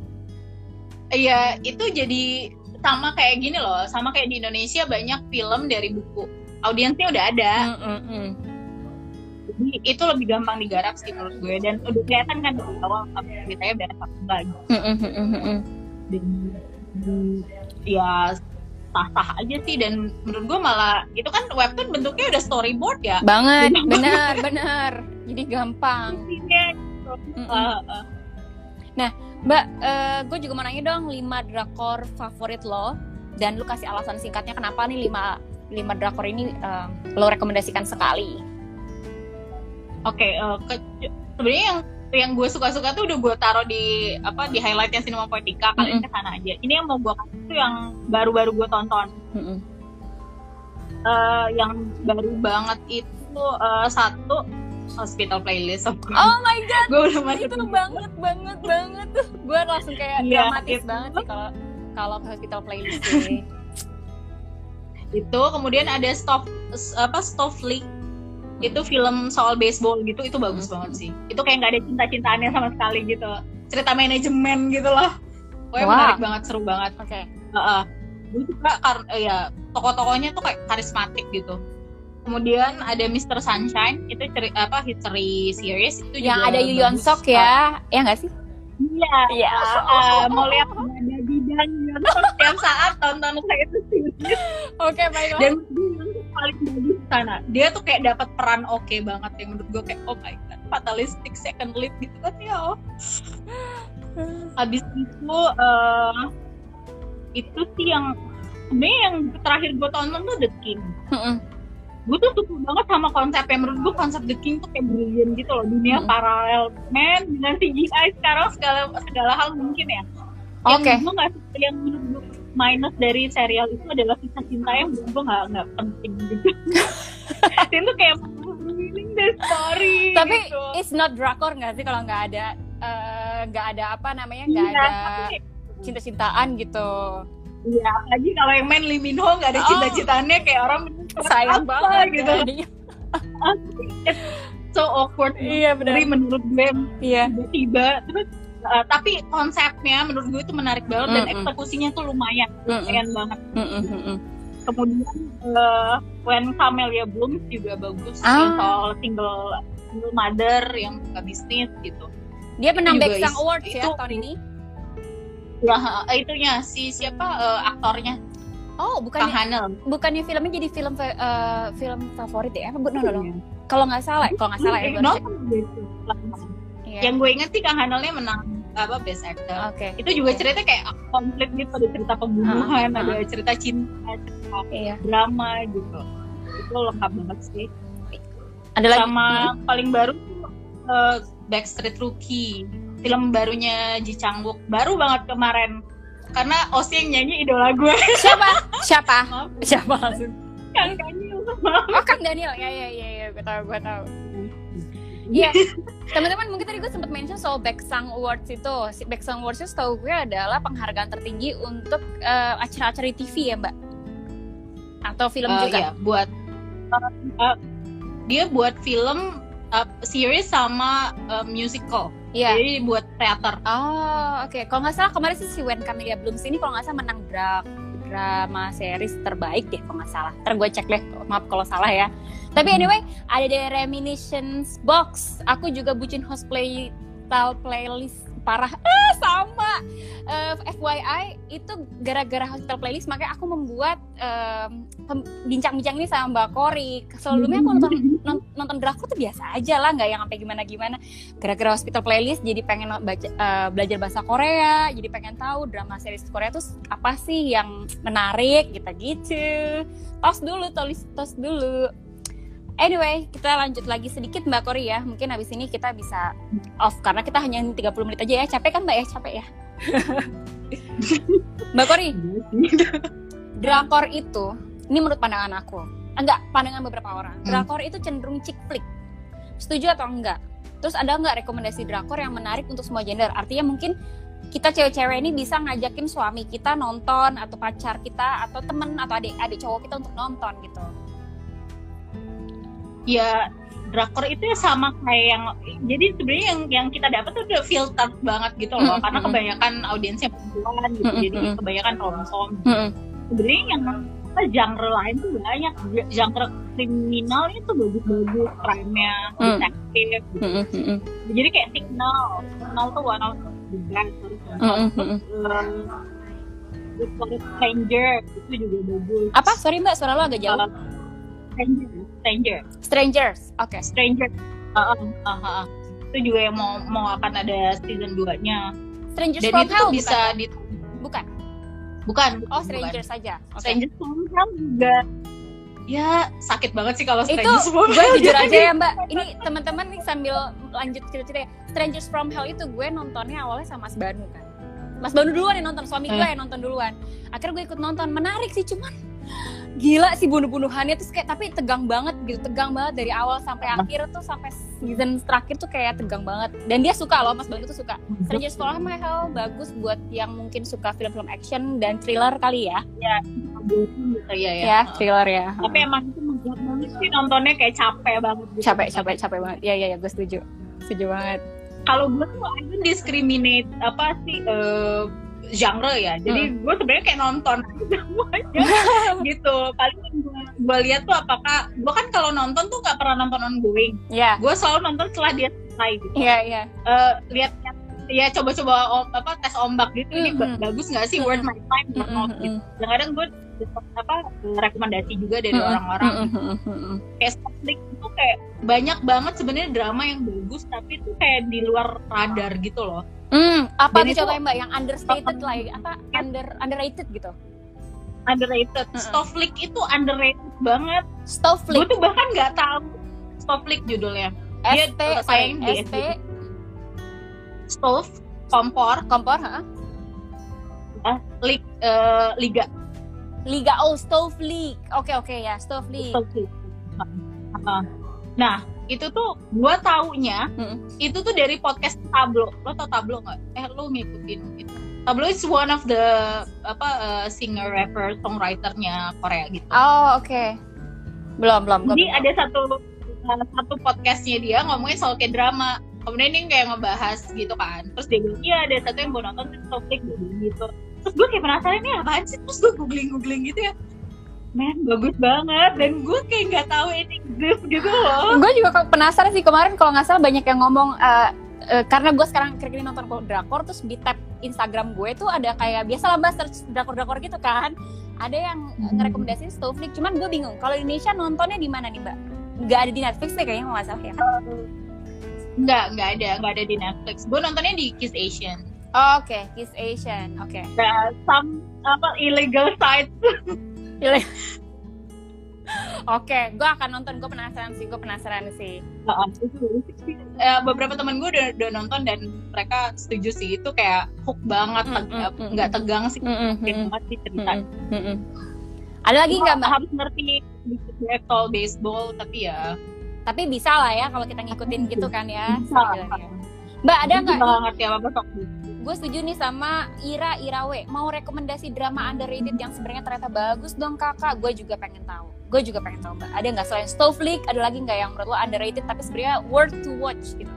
Iya, itu jadi sama kayak gini loh, sama kayak di Indonesia banyak film dari buku, audiensnya udah ada. Mm-mm. Jadi itu lebih gampang digarap sih menurut gue, dan udah kelihatan kan dari awal ceritanya beres apa enggak gitu. Dan ya sah-sah aja sih, dan menurut gue malah itu kan webtoon bentuknya udah storyboard ya. Banget, benar, benar. Jadi gampang. Uh, uh. Nah, Mbak, uh, gue juga mau nanya dong lima drakor favorit lo, dan lu kasih alasan singkatnya kenapa nih lima lima drakor ini uh, lo rekomendasikan sekali. Oke, okay, uh, ke- sebenarnya yang yang gue suka-suka tuh udah gue taruh di apa di highlightnya Cinema Poetica. Kalian Mm-mm. kesana aja. Ini yang mau gue kasih tuh yang baru-baru gue tonton. Mm-mm. Uh, yang baru banget itu uh, satu Hospital Playlist. Okay. Oh my god, gue udah masuk itu banget banget banget tuh. Gue langsung kayak Iya, dramatis itu. banget sih kalau kalau Hospital Playlist sih. Itu kemudian ada Stop apa Stop Flick. Itu film soal baseball gitu, itu bagus Hmm. banget sih. Itu kayak nggak ada cinta-cintaannya sama sekali gitu. Cerita manajemen gitu loh. Pokoknya Wow. menarik banget, seru banget. Oke. Okay. Uh-uh. Gue suka karena ya tokoh-tokohnya tuh kayak karismatik gitu. Kemudian ada Mister Sunshine, itu ceri, apa history series itu Yang juga ada Yu Yeon bagus. Sok ya, ya nggak sih? Iya. Iya. Uh, mau lihat ada bidang Yeon Sok setiap saat tonton saya itu series. Oke, baiklah. Dan dia paling bagus di sana. Dia tuh kayak dapat peran oke banget yang menurut gue kayak oh my god, fatalistic second lead gitu kan ya. Habis itu uh, itu sih yang sebenarnya yang terakhir gue tonton tuh The King. Mm-mm. Gue tuh suka banget sama konsepnya. Menurut gue konsep The King tuh kayak brilliant gitu loh. Dunia Mm-mm. paralel man dengan C G I sekarang segala segala hal mungkin ya. Yang Oke. gue nggak suka, yang menurut gue minus dari serial itu adalah kisah cinta yang menurut gue nggak nggak penting gitu. Itu kayak ruining the story. Tapi gitu. it's not drakor nggak sih kalau nggak ada eh, nggak ada apa namanya nggak Iya, ada tapi- cinta-cintaan gitu. Iya, apalagi kalau yang main Lee Min Ho nggak ada Oh. cinta-cintaannya kayak orang Sayang apa banget gitu. gitu. It's so awkward. Iya benar. Jadi menurut gue Iya. tiba-tiba terus uh, tapi konsepnya menurut gue itu menarik banget dan Mm-mm. eksekusinya tuh lumayan Mm-mm. lumayan banget. Mm-mm, mm-mm. Kemudian uh, When Camellia Blooms juga bagus Ah. yang soal single single mother yang buka bisnis gitu. Dia menang Juga Baeksang is- Awards ya itu- tahun ini. Ya uh, itunya si siapa uh, aktornya Oh, Kang bukannya Hanel. bukannya filmnya jadi film fa- eh, film favorit ya? Apa? No, no, no. Kalau nggak salah, kalau nggak salah ya. Eh, Gue harus cek. nonton gitu. Iya. Yang gue inget sih Kang Hanelnya menang apa Best Actor. Oke. Itu juga cerita kayak konflik gitu, ada cerita pembunuhan, Ah, ah, ada cerita cinta, cerita Iya. drama gitu. Itu lengkap banget sih. Ada lagi? Sama Hmm? paling baru tuh uh, Backstreet Rookie, film barunya Ji Chang Wook, baru banget kemarin. Karena Osi yang nyanyi idola gue. Siapa? Siapa? Maaf, Siapa langsung? Kang Daniel. Oh, Kang Daniel. Ya, ya, ya, ya. Gue tahu, gue tahu. Iya. Teman-teman, mungkin tadi gue sempat mention soal Baeksang Awards itu. Si Baeksang Awards itu setahu gue adalah penghargaan tertinggi untuk eh, acara-acara T V ya, Mbak? Atau film Uh, juga? iya, buat uh, uh, dia buat film, uh, series sama uh, musical. Iya. Jadi buat teater. Oh, oke. Kalau nggak salah kemarin sih si When Camellia Blooms ini kalau nggak salah menang dra drama series terbaik deh kalau nggak salah. Ntar gue cek deh, maaf kalau salah ya. Tapi anyway, ada The Reminiscence Box. Aku juga bucin hospital playlist parah. Eh, sama. Uh, F Y I itu gara-gara hospital playlist makanya aku membuat um, pem- bincang-bincang ini sama Mbak Kori. Sebelumnya aku nonton non- nonton drakor tuh biasa aja lah, nggak yang sampai gimana-gimana. Gara-gara hospital playlist jadi pengen baca, uh, belajar bahasa Korea, jadi pengen tahu drama series Korea tuh apa sih yang menarik gitu-gitu. Tos dulu, tos, tos dulu. Anyway, kita lanjut lagi sedikit Mbak Kori ya. Mungkin habis ini kita bisa off karena kita hanya tiga puluh menit aja ya. Capek kan Mbak ya? Capek ya. Mbak Kori, drakor itu, ini menurut pandangan aku, enggak, pandangan beberapa orang, drakor itu cenderung chick flick. Setuju atau enggak? Terus ada enggak rekomendasi drakor yang menarik untuk semua gender? Artinya mungkin kita cewek-cewek ini bisa ngajakin suami kita nonton, atau pacar kita, atau temen, atau adik-adik cowok kita untuk nonton gitu. Ya drakor itu ya sama kayak yang jadi sebenarnya yang yang kita dapat tuh udah filtered banget gitu loh. Mm-hmm. Karena kebanyakan audiensnya perempuan gitu, Mm-hmm. jadi kebanyakan rom-com. Mm-hmm. Sebenarnya yang apa genre lain tuh banyak, genre kriminalnya tuh bagus-bagus, crime-nya, Mm. detektif gitu. Mm-hmm. Jadi kayak Signal, Signal tuh one of the best. Mm-hmm. Terus Stranger itu juga bagus. Apa? Sorry Mbak, suara lo agak jauh. Uh, Stranger, Stranger. Strangers, oke. Stranger, uh, uh, uh, uh. itu juga yang mau mau akan ada season dua-nya. Strangers Dan from itu Hell tuh bisa bukan? di Bukan. bukan Oh, bukan. Strangers saja. Oke. Strangers from Hell juga ya sakit banget sih kalau itu Strangers from gue Hell. jujur aja ya mbak, ini teman-teman nih sambil lanjut cerita-cerita ya. Strangers from Hell itu gue nontonnya awalnya sama Mas Banu kan, Mas Banu duluan yang nonton, suami gue yang nonton duluan. Akhirnya gue ikut nonton, menarik sih, cuman gila sih bunuh-bunuhannya tuh kayak, tapi tegang banget gitu, tegang banget dari awal sampai akhir tuh, sampai season terakhir tuh kayak tegang banget. Dan dia suka loh, Mas Banu tuh suka. Strangers from Hell bagus buat yang mungkin suka film-film action dan thriller kali ya. Ya, iya ya. Ya, thriller ya. Tapi emang itu membuat banget sih nontonnya, kayak capek banget gitu. Capek, capek, capek banget. Iya, iya, ya, gue setuju. Setuju banget. Kalau gue tuh I don't discriminate apa sih uh, genre ya. Jadi hmm. gue sebenarnya kayak nonton semuanya gitu. Paling gue, gue lihat tuh apakah gue kan kalau nonton tuh gak pernah nonton ongoing. Iya. Yeah. Gue selalu nonton setelah dia selesai gitu. Iya, yeah, iya. Yeah. Uh, lihat ya coba-coba om, apa tes ombak gitu. Mm-hmm. Ini bagus nggak sih, mm-hmm. worth my time or not gitu. Kadang-kadang gue apa rekomendasi juga dari mm-hmm. orang-orang gitu. Mm-hmm. Kayak Netflix itu kayak banyak banget sebenarnya drama yang bagus, tapi itu kayak di luar radar gitu loh. Hmm, apa tuh contohnya mbak yang understated lah, apa under underrated gitu? Underrated. Mm-hmm. Snowflake itu underrated banget. Snowflake. Gue tuh bahkan nggak tahu Snowflake judulnya. S T sayang di S T. Stove, kompor, kompor, ha? Uh, lig, uh, liga, liga, oh stove league, oke okay, oke okay, ya stove league. Stove league. Uh, nah itu tuh gue taunya, hmm. itu tuh dari podcast Tablo. Lo tau Tablo nggak? Eh lo ngikutin itu? Tablo is one of the apa uh, singer, rapper, songwriternya Korea gitu. Oh oke, okay. belum belum. Jadi ada satu uh, satu podcastnya dia ngomongin soal kayak drama. Kemudian dia kayak ngebahas gitu kan. Terus dia bilang, iya ada satu yang gue nonton itu topik gitu. Terus gue kayak penasaran ini apaan sih. Terus gue googling-googling gitu ya. Men, bagus banget. Dan gue kayak gak tahu ini exist gitu loh. Gue juga penasaran sih. Kemarin kalau gak salah banyak yang ngomong. Uh, uh, karena gue sekarang kira-kira nonton drakor. Terus di tab Instagram gue tuh ada kayak, biasa lah bahas search drakor-drakor gitu kan. Ada yang hmm. ngerekomendasiin Stove League. Cuman gue bingung. Kalau Indonesia nontonnya di mana nih mbak? Gak ada di Netflix deh kayaknya, gak salah ya kan? Enggak, enggak ada, enggak ada di Netflix. Gue nontonnya di Kiss Asian. Oh, oke, okay. Kiss Asian, oke. Okay. Nah, some apa illegal sites. Oke, okay. Gue akan nonton. Gue penasaran sih, gue penasaran sih. Uh, itu, uh, beberapa teman gue udah, udah nonton dan mereka setuju sih. Itu kayak hook banget, mm, teg- mm, nggak tegang sih, mm, banget sih cerita. Mm, mm. Ada lagi nggak mbak? Harus ngerti baseball, baseball, tapi ya. Tapi bisa lah ya kalau kita ngikutin gitu kan ya. Bisa. Mbak ada nggak? Nggak ngerti apa-apa sok. Gue setuju nih sama Ira Irawe. Mau rekomendasi drama underrated yang sebenarnya ternyata bagus dong kakak. Gue juga pengen tahu. Gue juga pengen tahu mbak. Ada nggak selain Stove League? Ada lagi nggak yang menurut lo underrated tapi sebenarnya worth to watch gitu?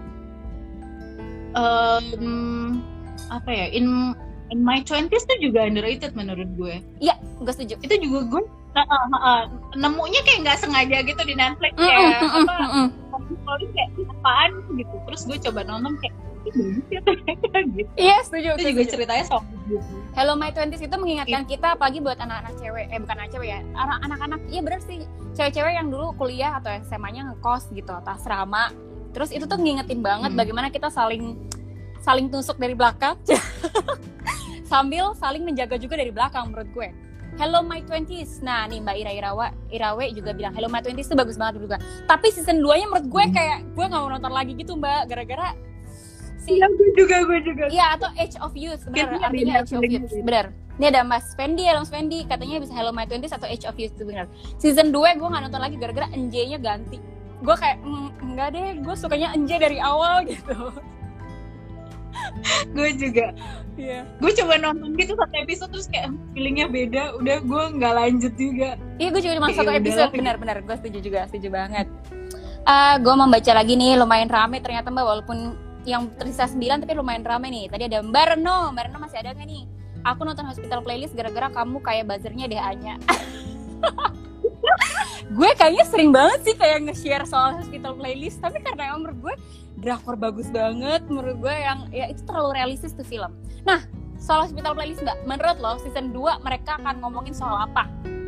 Um, apa ya? In in my twenties tuh juga underrated menurut gue. Iya, gue setuju. Itu juga gue Nah, uh, uh, uh, nemunya kayak nggak sengaja gitu di Netflix kayak mm, mm, apa mm, mm. kayak apaan gitu, terus gue coba nonton kayak ini bagus ya ternyata gitu. Iya setuju. Itu juga ceritanya soal gitu. Hello My Twenties itu mengingatkan kita apalagi buat anak-anak cewek, eh bukan anak cewek ya, anak-anak iya bener sih, cewek-cewek yang dulu kuliah atau S M A-nya ngekos gitu atau asrama, terus itu tuh ngingetin banget hmm. bagaimana kita saling saling tusuk dari belakang sambil saling menjaga juga dari belakang menurut gue. Hello My Twenties. Nah nih Mbak Ira Irawa, Irawe juga bilang Hello My Twenties itu bagus banget juga. Tapi season dua-nya menurut gue kayak gue nggak mau nonton lagi gitu Mbak, gara-gara si. Iya gue juga gue juga. Iya atau Age of Youth, benar artinya Age of Youth, benar. Ini ada Mas Fendi ya, Mas Fendi katanya bisa Hello My Twenties atau Age of Youth itu benar. Season dua gue nggak nonton lagi gara-gara N J-nya ganti. Gue kayak mm, enggak deh, gue sukanya N J dari awal gitu. Gue juga. Iya. Gue coba nonton gitu satu episode terus kayak feelingnya beda, udah gue nggak lanjut juga. Iya gue juga cuma satu episode, benar-benar gue setuju juga, setuju banget. Uh, gue membaca lagi nih, lumayan rame ternyata Mbak, walaupun yang tersisa sembilan tapi lumayan rame nih. Tadi ada Mbak Reno, Mbak Reno masih ada nggak nih? Aku nonton Hospital Playlist gara-gara kamu kayak buzzernya deh Anya. Gue kayaknya sering banget sih kayak nge-share soal Hospital Playlist, tapi karena menurut gue drakor bagus banget, menurut gue yang ya itu terlalu realistis tuh film. Nah, soal Hospital Playlist Mbak, menurut lo season dua mereka akan ngomongin soal apa?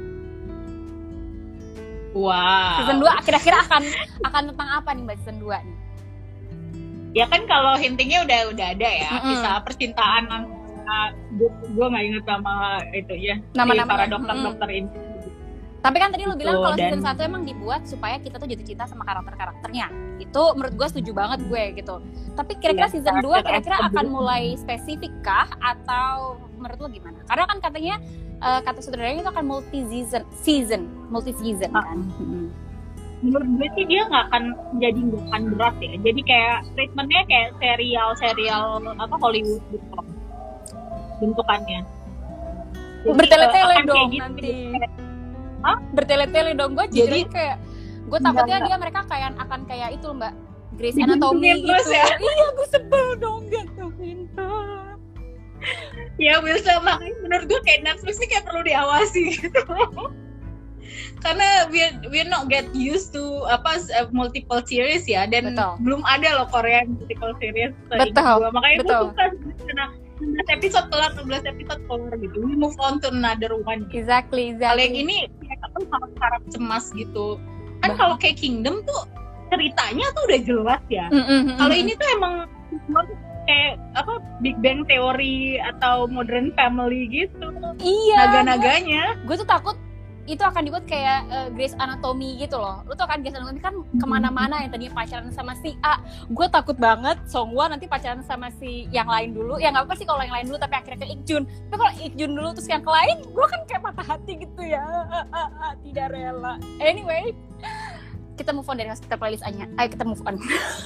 Wow. Season dua kira-kira akan akan tentang apa nih Mbak season dua nih? Ya kan kalau hintingnya udah udah ada ya, mm-hmm. kisah percintaan uh, gue gue nggak inget sama itu ya, nama-nama para dokter-dokter mm-hmm. ini. Tapi kan tadi lu Gitu, bilang kalau dan- season satu emang dibuat supaya kita tuh jatuh cinta sama karakter-karakternya. Itu menurut gue setuju banget gue gitu. Tapi kira-kira Iya, season dua karakter kira-kira apa akan dulu? mulai spesifik kah atau menurut lu gimana? Karena kan katanya eh, kata sutradaranya itu akan multi season, season, multi season Ah. kan. Hmm. Menurut gue sih dia nggak akan jadi nggak akan berat ya. Jadi kayak treatmentnya kayak serial-serial apa Hollywood gitu bentukannya. Jadi, Bertele-tele eh, akan dong kayak gitu. nanti. Hah? Bertele-tele dong gue Jadi- jadi kayak gue takutnya Enggak, dia mereka kayak akan kayak itu Mbak Grey's Digantungin Anatomy terus gitu. ya. Iya gue sebel dong gantungin tuh. Ya bisa, makanya menurut gue kayak Netflix ini kayak perlu diawasi gitu. Karena we're, we're not get used to apa uh, multiple series ya, dan Betul. belum ada loh Korea multiple series. Betul, Gua. Makanya gue betul. suka karena enam belas episode kelar, enam belas episode kelar gitu. We move on to another one. Exactly, Kalau exactly. yang ini kayak apa harap cemas gitu. Kan Bah- kalau kayak Kingdom tuh ceritanya tuh udah jelas ya. Mm, mm, mm, Kalau mm. ini tuh emang kayak apa Big Bang Theory atau Modern Family gitu. iya. Naga-naganya. Gue tuh takut itu akan dibuat kayak uh, Grey's Anatomy gitu loh. Lu tau kan Grey's Anatomy kan kemana-mana yang tadinya pacaran sama si A. Gue takut banget Songhwa nanti pacaran sama si yang lain dulu. Ya nggak apa sih kalau yang lain dulu tapi akhirnya ke Ikjun. Tapi kalau Ikjun dulu terus yang ke lain, gue kan kayak patah hati gitu ya. Tidak rela. Anyway, kita move on dari hospital playlist Anya. Ayo kita move on.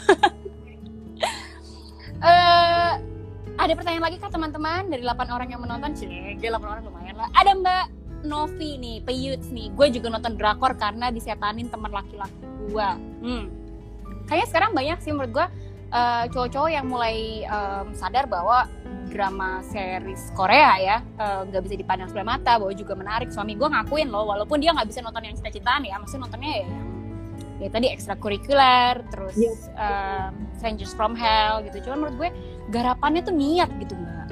Eh, ada pertanyaan lagi kah teman-teman dari delapan orang yang menonton? Cih, delapan orang lumayan lah. Ada Mbak Novi nih, Peyuts nih. Gue juga nonton drakor karena disetanin teman laki-laki gue. Hmm. Kayaknya sekarang banyak sih menurut gue uh, cowok-cowok yang mulai um, sadar bahwa drama series Korea ya nggak uh, bisa dipandang sebelah mata, bahwa juga menarik. Suami gue ngakuin loh, walaupun dia nggak bisa nonton yang cinta-cintaan ya, maksudnya nontonnya ya yang ya tadi ekstrakurikuler, terus Yes. um, Strangers from Hell gitu. Cuman menurut gue garapannya tuh niat gitu Mbak.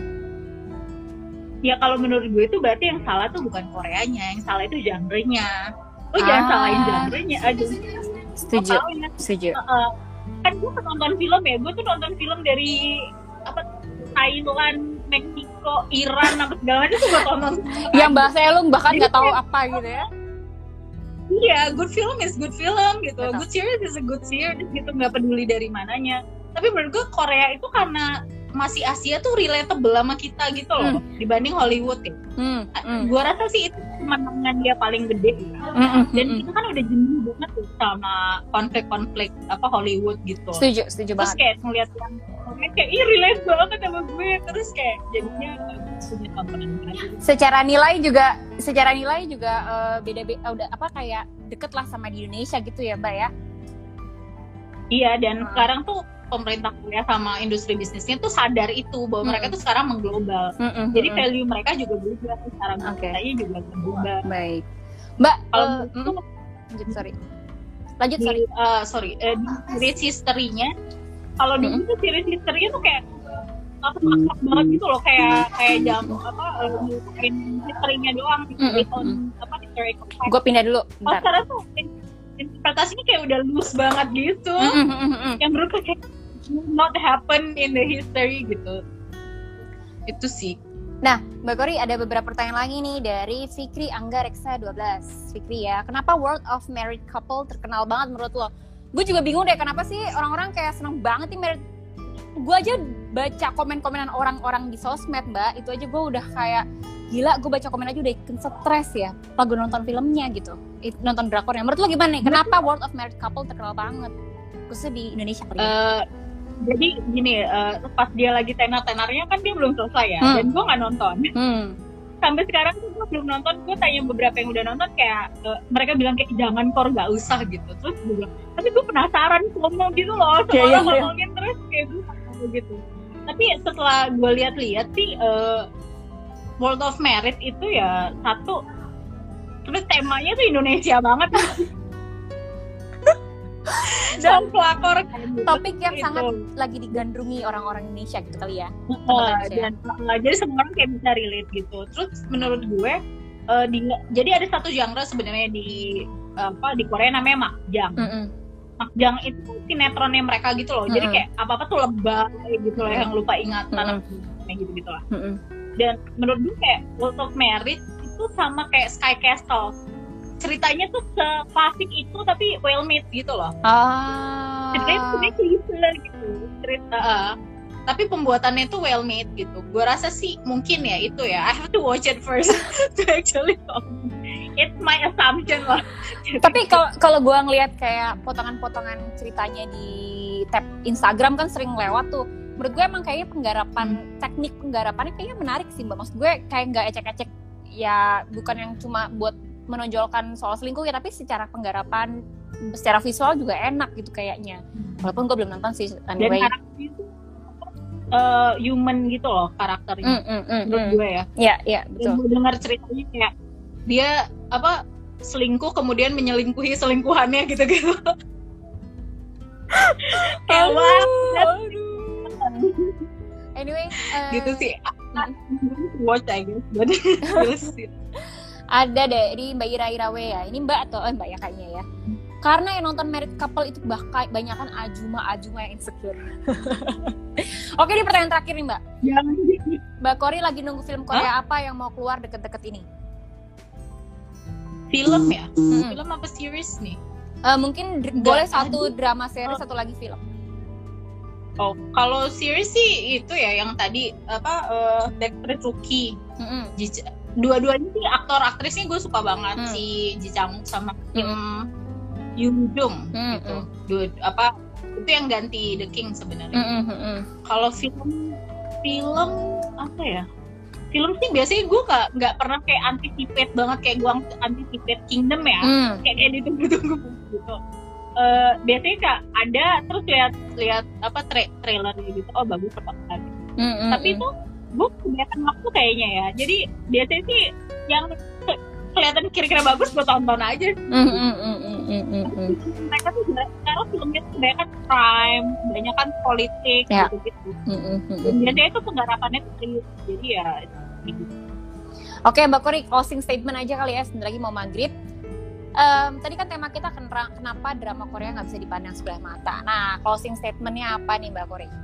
Ya kalau menurut gue itu berarti yang salah tuh bukan Koreanya, yang salah itu genre-nya. Lo Ah. jangan salahin genre-nya aja. Setuju, Apa, setuju. uh, kan gue nonton film ya, gue tuh nonton film dari apa Thailand, Meksiko, Iran, apa segala macam tuh gue tonton. Yang bahasa lu bahkan Jadi nggak tahu kayak- apa gitu ya. Iya, good film is good film gitu. Betul. Good series is a good series gitu, nggak peduli dari mananya. Tapi menurut gue Korea itu karena masih Asia tuh relatable sama kita gitu loh, dibanding Hollywood ya. Hmm, hmm. Gue rasa sih itu kemenangan dia paling gede. Ya. Hmm, hmm, Dan hmm. kita kan udah jenuh banget tuh sama konflik-konflik apa Hollywood gitu. Setuju, setuju Terus banget. kayak ngeliat yang kayak ih relate banget sama gue, terus kayak jadinya eh, punya tontonan lagi. Secara nilai juga, secara nilai juga eh, beda-beda. Udah apa kayak deket lah sama di Indonesia gitu ya, Mbak ya. Iya, dan Hmm. sekarang tuh pemerintah Korea sama industri bisnisnya tuh sadar itu bahwa Hmm. mereka tuh sekarang mengglobal. Hmm, hmm, Jadi hmm. value mereka juga berubah, cara Oke. berpikirnya juga berubah. Baik, Mbak. Kalau eh, menurut hmm, lanjut sorry, lanjut di, sorry. eh, sorry, eh, di series history-nya, kalau dulu Hmm. tuh series history-nya tuh kayak ngakak banget gitu loh, kayak kayak jam apa eh, ngikutin history-nya doang, Hmm, based hmm, on hmm. apa historical fact. Gue pindah dulu. Oh, Bentar. sekarang tuh in- interpretasinya kayak udah loose banget gitu, Hmm, hmm, hmm, hmm, hmm. yang menurut gue kayak not happen in the history gitu. Itu sih. Nah, Mbak Kori ada beberapa pertanyaan lagi nih dari Fikri Angga Reksa dua belas. Fikri ya, kenapa World of Married Couple terkenal banget menurut lo? Gue juga bingung deh, kenapa sih orang-orang kayak seneng banget nih married. Gue aja baca komen-komenan orang-orang di sosmed, Mbak, itu aja gue udah kayak gila, gue baca komen aja udah ikut stres ya. Pas gue nonton filmnya gitu, It- nonton drakornya. Menurut lo gimana nih? Kenapa World of Married Couple terkenal banget? Khususnya di Indonesia kali ya? Eh, jadi gini, eh, pas dia lagi tenar-tenarnya kan dia belum selesai ya, Hmm. dan gue nggak nonton. Hmm. Sampai sekarang tuh gue belum nonton. Gue tanya beberapa yang udah nonton, kayak eh, mereka bilang kayak jangan Kor, nggak usah gitu. Terus gue bilang, tapi gue penasaran ngomong gitu loh, semua Iya, iya, orang iya. ngomongin terus kayak gue nggak tahu gitu. Tapi setelah gue lihat-lihat sih, eh, World of Merit itu ya satu, terus temanya tuh Indonesia banget. Dan pelakor kan, Topik yang Itu. sangat lagi digandrungi orang-orang Indonesia gitu kali ya. Uh, Indonesia. dan uh, jadi semua orang kayak bisa relate gitu. Terus menurut gue, uh, di, jadi ada satu genre sebenarnya di uh, apa di Korea namanya makjang. Mm-mm. Makjang itu sinetronnya mereka gitu loh. Jadi Mm-mm. kayak apa-apa tuh lebay gitu loh, yang lupa ingatan, Mm-mm. kayak gitu-gitu lah. Mm-mm. Dan menurut gue kayak World of Merit itu sama kayak Sky Castle. ceritanya tuh se-klasik itu tapi well made gitu loh. Ah. Ceritanya tuh sebenarnya klise gitu cerita, uh, tapi pembuatannya tuh well made gitu. Gue rasa sih mungkin ya itu ya. I have to watch it first to actually comment. It's my assumption lah. Tapi kalau kalau gue ngelihat kayak potongan-potongan ceritanya di tab Instagram kan sering lewat tuh. Menurut gue emang kayaknya penggarapan hmm. teknik penggarapannya kayaknya menarik sih mbak. Maksud gue kayak nggak ecek-ecek ya, bukan yang cuma buat menonjolkan soal selingkuh ya, tapi secara penggarapan, secara visual juga enak gitu kayaknya. Walaupun gue belum nonton sih. Anyway. Dan karakternya itu uh, human gitu loh karakternya. Mm, mm, mm, menurut mm. gue ya. Iya iya betul. Gue dengar ceritanya kayak dia apa selingkuh kemudian menyelingkuhi selingkuhannya gitu-gitu. Kayak aduh, aduh. Anyway, uh, gitu sih. Watch I guess, but ada deh di Mbak Ira Irawe ya. Ini Mbak atau eh, Mbak ya kayaknya ya. Karena yang nonton Married Couple itu bahkan banyakan ajuma-ajuma yang insecure. Oke, ini pertanyaan terakhir nih Mbak. Jangan. Mbak Kori lagi nunggu film Korea huh? apa yang mau keluar deket-deket ini? Film ya? Hmm. Film apa series nih? Uh, mungkin d- boleh satu drama series, satu lagi film. Oh, kalau series sih itu ya yang tadi apa uh, Desperate Rookie. Mm-hmm. Ji- Dua-duanya sih aktor aktrisnya gue suka banget mm. si Ji Chang Wook sama Kim mm. Yoon Jung mm-hmm. gitu. Dua apa itu yang ganti The King sebenarnya. Mm-hmm. Kalau film film apa ya? Film sih biasanya gue gak, gak pernah kayak anticipate banget kayak gue anticipate Kingdom ya. Mm. Kayak kayak ditunggu-tunggu gitu. Uh, biasanya kak ada terus lihat lihat apa tra- trailernya gitu, oh bagus apa kan. Mm-hmm. Tapi itu gue kebanyakan waktu kayaknya ya. Jadi biasanya sih yang ke- kelihatan kira-kira bagus gue tonton aja. Mm-hmm. Mereka tuh sekarang filmnya kebanyakan crime, kebanyakan politik yeah. gitu-gitu. Mm-hmm. Biasanya itu penggarapannya tuh jadi ya. Gitu. Oke Mbak Kori, closing statement aja kali ya, sebentar lagi mau maghrib. Um, tadi kan tema kita kenapa drama Korea nggak bisa dipandang sebelah mata. Nah, closing statementnya apa nih Mbak Kori?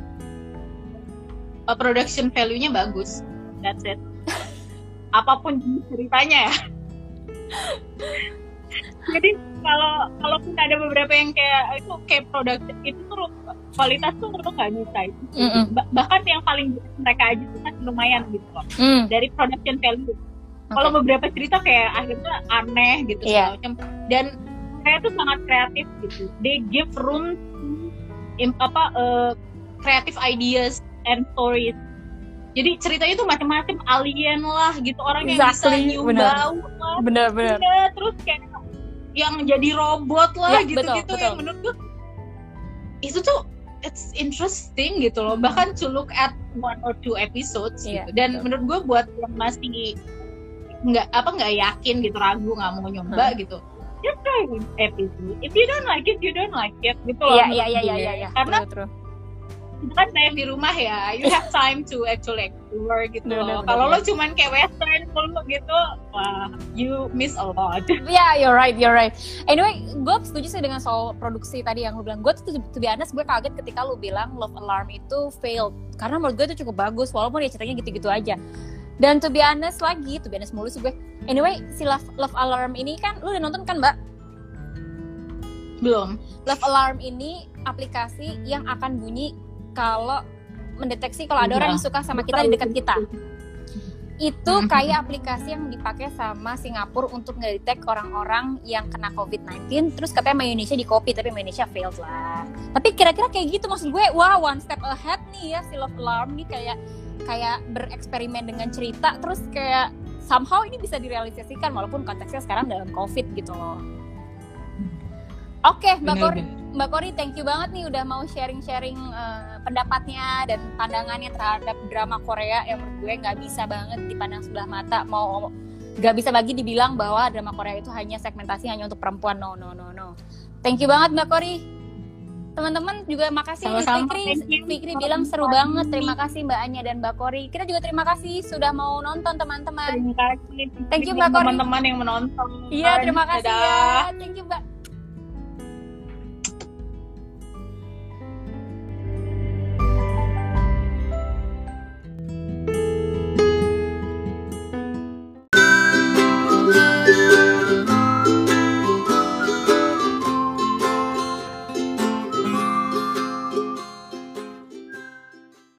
Uh, production value-nya bagus. That's it. Apapun ceritanya ya. Jadi kalau kalau pun ada beberapa yang kayak itu kayak produk itu tuh kualitas tuh menurut nggak bisa itu. Bah- bahkan yang paling mereka aja tuh kan lumayan gitu loh. Mm. Dari production value. Okay. Kalau beberapa cerita kayak akhirnya aneh gitu yeah. macam, dan mereka tuh sangat kreatif gitu. They give room to apa uh, creative ideas and stories. Jadi ceritanya tuh macam-macam, alien lah gitu, orang yang exactly. bisa nyium bau lah. Bener-bener. Ya, terus kayak yang jadi robot lah yeah, gitu-gitu betul, yang betul. menurut gue itu tuh it's interesting gitu loh. Bahkan to look at one or two episodes yeah, gitu. Dan betul. Menurut gue buat yang masih nggak apa nggak yakin gitu, ragu nggak mau nyoba hmm. gitu, just try one episode. If you don't like it, you don't like it gitu loh. Iya iya iya iya. Karena itu kan saya di rumah ya, you have time to actually explore gitu loh. Kalau lo cuman kayak western dulu gitu, wah, you miss a lot. Iya, yeah, you're right, you're right. Anyway, gue setuju sih dengan soal produksi tadi yang lo bilang. Gue tuh to be honest, gue kaget ketika lo bilang Love Alarm itu failed. Karena menurut gue itu cukup bagus, walaupun ya ceritanya gitu-gitu aja. Dan to be honest lagi, to be honest mulu sih gue. Anyway, si Love, Love Alarm ini kan, lu udah nonton kan Mbak? Belum. Love Alarm ini aplikasi yang akan bunyi kalau mendeteksi kalau ada orang yang suka sama kita di dekat kita. Itu kayak aplikasi yang dipakai sama Singapura untuk ngedetek orang-orang yang kena covid sembilan belas. Terus katanya sama Indonesia di copy, tapi Indonesia failed lah. Tapi kira-kira kayak gitu maksud gue, wah one step ahead nih ya si Love Alarm nih, kayak kayak bereksperimen dengan cerita, terus kayak somehow ini bisa direalisasikan walaupun konteksnya sekarang dalam covid gitu loh. Oke, okay, Mbak Kori, Mbak Kori, thank you banget nih udah mau sharing-sharing uh, pendapatnya dan pandangannya terhadap drama Korea yang menurut gue nggak bisa banget dipandang sebelah mata. Mau nggak bisa lagi dibilang bahwa drama Korea itu hanya segmentasi hanya untuk perempuan. No, no, no, no. Thank you banget Mbak Kori. Teman-teman juga makasih. Fikri, Fikri bilang seru banget. Terima kasih Mbak Anya dan Mbak Kori. Kita juga terima kasih sudah mau nonton teman-teman. Terima kasih. Thank you Mbak Kori. Teman-teman yang menonton. Iya, terima kasih. Ya. Thank you Mbak.